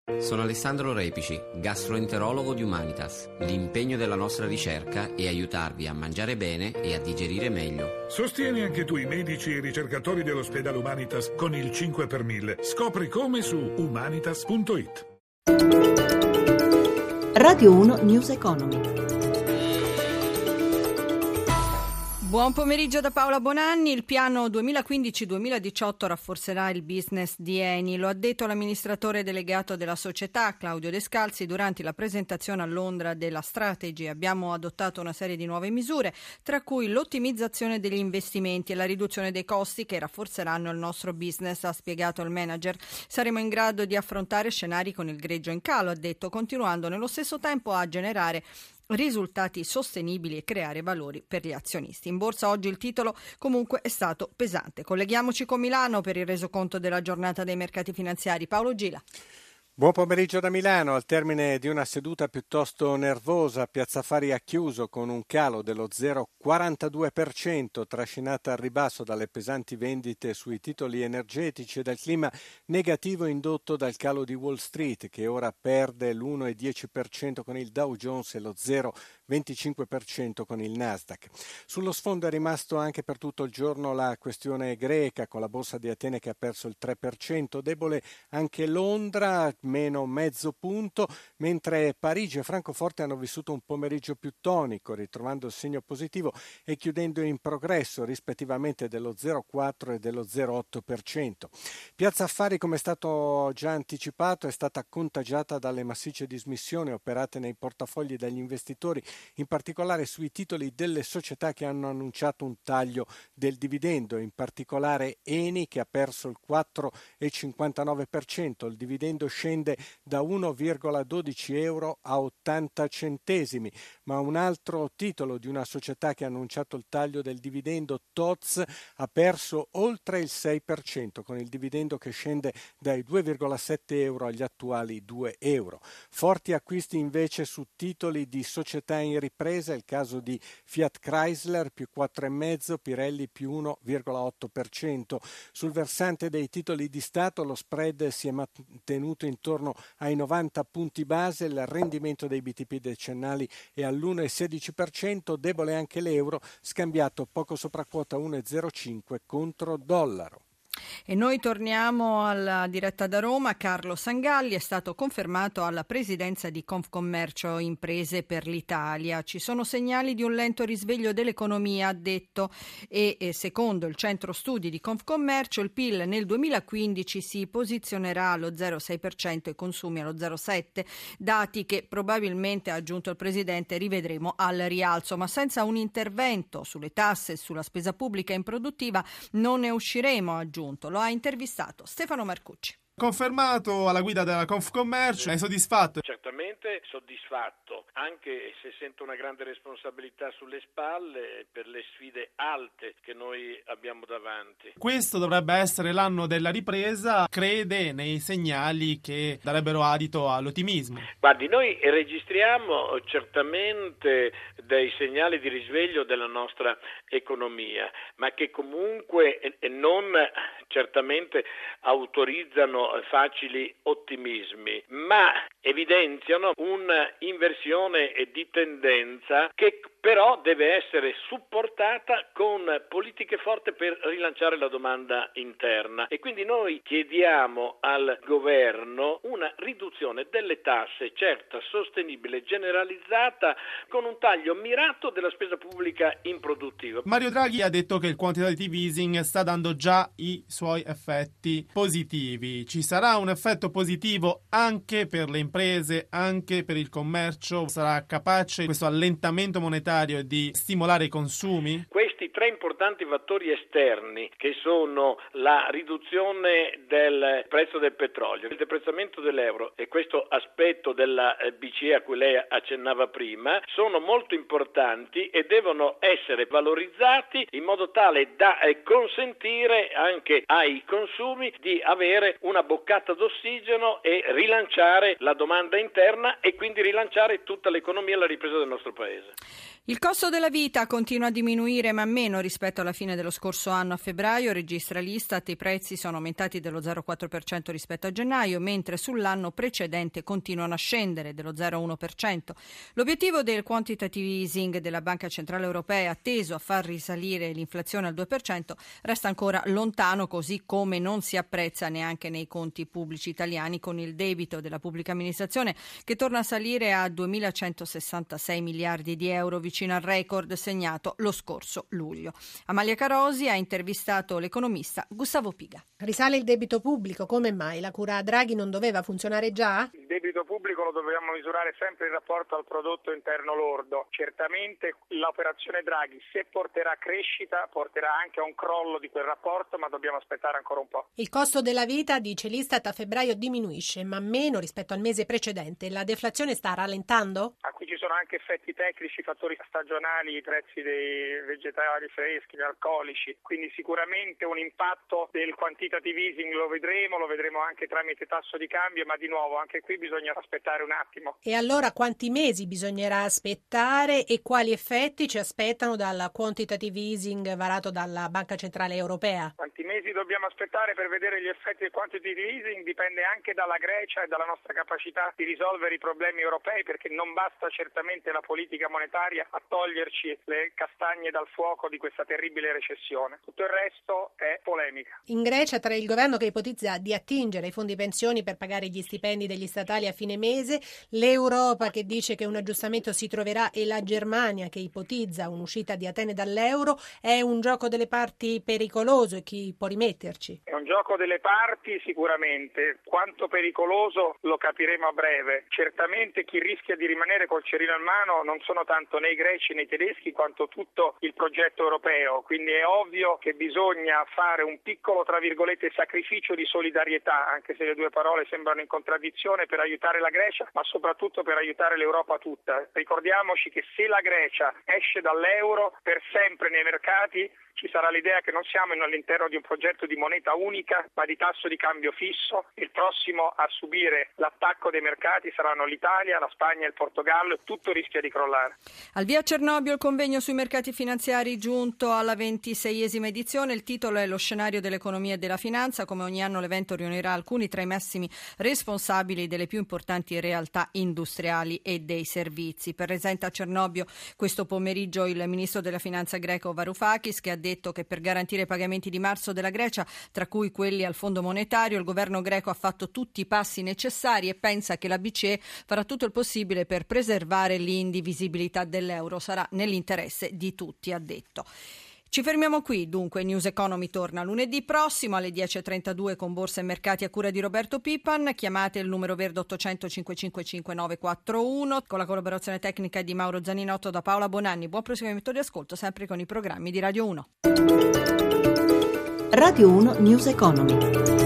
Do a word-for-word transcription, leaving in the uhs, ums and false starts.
Sono Alessandro Repici, gastroenterologo di Humanitas. L'impegno della nostra ricerca è aiutarvi a mangiare bene e a digerire meglio. Sostieni anche tu i medici e i ricercatori dell'ospedale Humanitas con il cinque per mille. Scopri come su humanitas punto it. Radio uno News Economy. Buon pomeriggio da Paola Bonanni. Il piano duemilaquindici duemiladiciotto rafforzerà il business di Eni. Lo ha detto l'amministratore delegato della società, Claudio Descalzi, durante la presentazione a Londra della Strategy. Abbiamo adottato una serie di nuove misure, tra cui l'ottimizzazione degli investimenti e la riduzione dei costi che rafforzeranno il nostro business, ha spiegato il manager. Saremo in grado di affrontare scenari con il greggio in calo, ha detto, continuando nello stesso tempo a generare risultati sostenibili e creare valori per gli azionisti. In borsa oggi il titolo comunque è stato pesante. Colleghiamoci con Milano per il resoconto della giornata dei mercati finanziari. Paolo Gila. Buon pomeriggio da Milano. Al termine di una seduta piuttosto nervosa, Piazza Affari ha chiuso con un calo dello zero virgola quarantadue per cento, trascinata al ribasso dalle pesanti vendite sui titoli energetici e dal clima negativo indotto dal calo di Wall Street, che ora perde l'uno virgola dieci per cento con il Dow Jones e lo zero virgola venticinque per cento con il Nasdaq. Sullo sfondo è rimasto anche per tutto il giorno la questione greca, con la borsa di Atene che ha perso il tre per cento, debole anche Londra, meno mezzo punto, mentre Parigi e Francoforte hanno vissuto un pomeriggio più tonico, ritrovando il segno positivo e chiudendo in progresso rispettivamente dello zero virgola quattro e dello zero virgola otto per cento. Piazza Affari, come è stato già anticipato, è stata contagiata dalle massicce dismissioni operate nei portafogli dagli investitori, in particolare sui titoli delle società che hanno annunciato un taglio del dividendo, in particolare Eni che ha perso il quattro virgola cinquantanove per cento, il dividendo scende da uno virgola dodici euro a ottanta centesimi, ma un altro titolo di una società che ha annunciato il taglio del dividendo, T O Z, ha perso oltre il sei per cento con il dividendo che scende dai due virgola sette euro agli attuali due euro. Forti acquisti invece su titoli di società in ripresa, è il caso di Fiat Chrysler più quattro virgola cinque, Pirelli più uno virgola otto per cento. Sul versante dei titoli di Stato lo spread si è mantenuto intorno ai novanta punti base, il rendimento dei B T P decennali è all'uno virgola sedici per cento, debole anche l'euro, scambiato poco sopra quota uno virgola zero cinque contro dollaro. E noi torniamo alla diretta da Roma. Carlo Sangalli è stato confermato alla presidenza di Confcommercio Imprese per l'Italia. Ci sono segnali di un lento risveglio dell'economia, ha detto, e, e secondo il centro studi di Confcommercio il P I L nel duemilaquindici si posizionerà allo zero virgola sei per cento e i consumi allo zero virgola sette per cento, dati che probabilmente, ha aggiunto il presidente, rivedremo al rialzo, ma senza un intervento sulle tasse e sulla spesa pubblica improduttiva non ne usciremo, ha aggiunto. Lo ha intervistato Stefano Marcucci. Confermato alla guida della Confcommercio, è soddisfatto? Certamente soddisfatto, anche se sento una grande responsabilità sulle spalle per le sfide alte che noi abbiamo davanti. Questo dovrebbe essere l'anno della ripresa, crede nei segnali che darebbero adito all'ottimismo? Guardi, noi registriamo certamente dei segnali di risveglio della nostra economia, ma che comunque non certamente autorizzano facili ottimismi, ma evidenziano un'inversione di tendenza che però deve essere supportata con politiche forti per rilanciare la domanda interna, e quindi noi chiediamo al governo una riduzione delle tasse certa, sostenibile, generalizzata, con un taglio mirato della spesa pubblica improduttiva. Mario Draghi ha detto che il quantitative easing sta dando già i suoi effetti positivi. Ci sarà un effetto positivo anche per le imprese, anche per il commercio? Sarà capace questo allentamento monetario di stimolare i consumi? Questi tre importanti fattori esterni, che sono la riduzione del prezzo del petrolio, il deprezzamento dell'euro e questo aspetto della B C E a cui lei accennava prima, sono molto importanti e devono essere valorizzati in modo tale da consentire anche ai consumi di avere una boccata d'ossigeno e rilanciare la domanda interna e quindi rilanciare tutta l'economia e la ripresa del nostro paese. Il costo della vita continua a diminuire, ma funziona meno rispetto alla fine dello scorso anno a febbraio, registra l'Istat, i prezzi sono aumentati dello zero virgola quattro per cento rispetto a gennaio, mentre sull'anno precedente continuano a scendere dello zero virgola uno per cento. L'obiettivo del quantitative easing della Banca Centrale Europea, teso a far risalire l'inflazione al due per cento, resta ancora lontano, così come non si apprezza neanche nei conti pubblici italiani, con il debito della pubblica amministrazione che torna a salire a duemilacentosessantasei miliardi di euro, vicino al record segnato lo scorso luglio. Amalia Carosi ha intervistato l'economista Gustavo Piga. Risale il debito pubblico, come mai? La cura Draghi non doveva funzionare già? Il debito pubblico lo dobbiamo misurare sempre in rapporto al prodotto interno lordo. Certamente l'operazione Draghi, se porterà crescita, porterà anche a un crollo di quel rapporto, ma dobbiamo aspettare ancora un po'. Il costo della vita, dice l'Istat, a febbraio diminuisce, ma meno rispetto al mese precedente. La deflazione sta rallentando? A qui ci sono anche effetti tecnici, fattori stagionali, i prezzi dei vegetali freschi, gli alcolici, quindi sicuramente un impatto del quantitative easing lo vedremo, lo vedremo anche tramite tasso di cambio, ma di nuovo anche qui bisogna aspettare un attimo. E allora quanti mesi bisognerà aspettare e quali effetti ci aspettano dal quantitative easing varato dalla Banca Centrale Europea? Quanti mesi dobbiamo aspettare per vedere gli effetti del quantitative easing dipende anche dalla Grecia e dalla nostra capacità di risolvere i problemi europei, perché non basta certamente la politica monetaria a toglierci le castagne dal fuoco di questa terribile recessione. Tutto il resto è polemica. In Grecia, tra il governo che ipotizza di attingere ai fondi pensioni per pagare gli stipendi degli statali a fine mese, l'Europa che dice che un aggiustamento si troverà e la Germania che ipotizza un'uscita di Atene dall'euro, è un gioco delle parti pericoloso e chi può rimetterci? È un gioco delle parti sicuramente, quanto pericoloso lo capiremo a breve. Certamente chi rischia di rimanere col cerino in mano non sono tanto né i greci né i tedeschi quanto tutto il progetto europeo, quindi è ovvio che bisogna fare un piccolo, tra virgolette, sacrificio di solidarietà, anche se le due parole sembrano in contraddizione, per aiutare la Grecia, ma soprattutto per aiutare l'Europa tutta. Ricordiamoci che se la Grecia esce dall'euro, per sempre nei mercati ci sarà l'idea che non siamo all'interno di un progetto di moneta unica, ma di tasso di cambio fisso. Il prossimo a subire l'attacco dei mercati saranno l'Italia, la Spagna e il Portogallo, e tutto rischia di crollare. Al via Cernobbio, il convegno sui mercati finanziari giunto alla ventiseiesima edizione. Il titolo è Lo scenario dell'economia e della finanza. Come ogni anno l'evento riunirà alcuni tra i massimi responsabili delle più importanti realtà industriali e dei servizi. Presenta a Cernobbio questo pomeriggio il ministro della finanza greco Varoufakis, che ha detto che per garantire i pagamenti di marzo della Grecia, tra cui quelli al Fondo Monetario, il governo greco ha fatto tutti i passi necessari e pensa che la B C E farà tutto il possibile per preservare l'indivisibilità dell'euro. Sarà nell'interesse di tutti, ha detto. Ci fermiamo qui, dunque. News Economy torna lunedì prossimo alle dieci e trentadue con Borsa e Mercati a cura di Roberto Pipan. Chiamate il numero verde ottocento cinquecentocinquantacinque cinquantanovecquarantuno con la collaborazione tecnica di Mauro Zaninotto da Paola Bonanni. Buon proseguimento di ascolto, sempre con i programmi di Radio uno. Radio uno News Economy.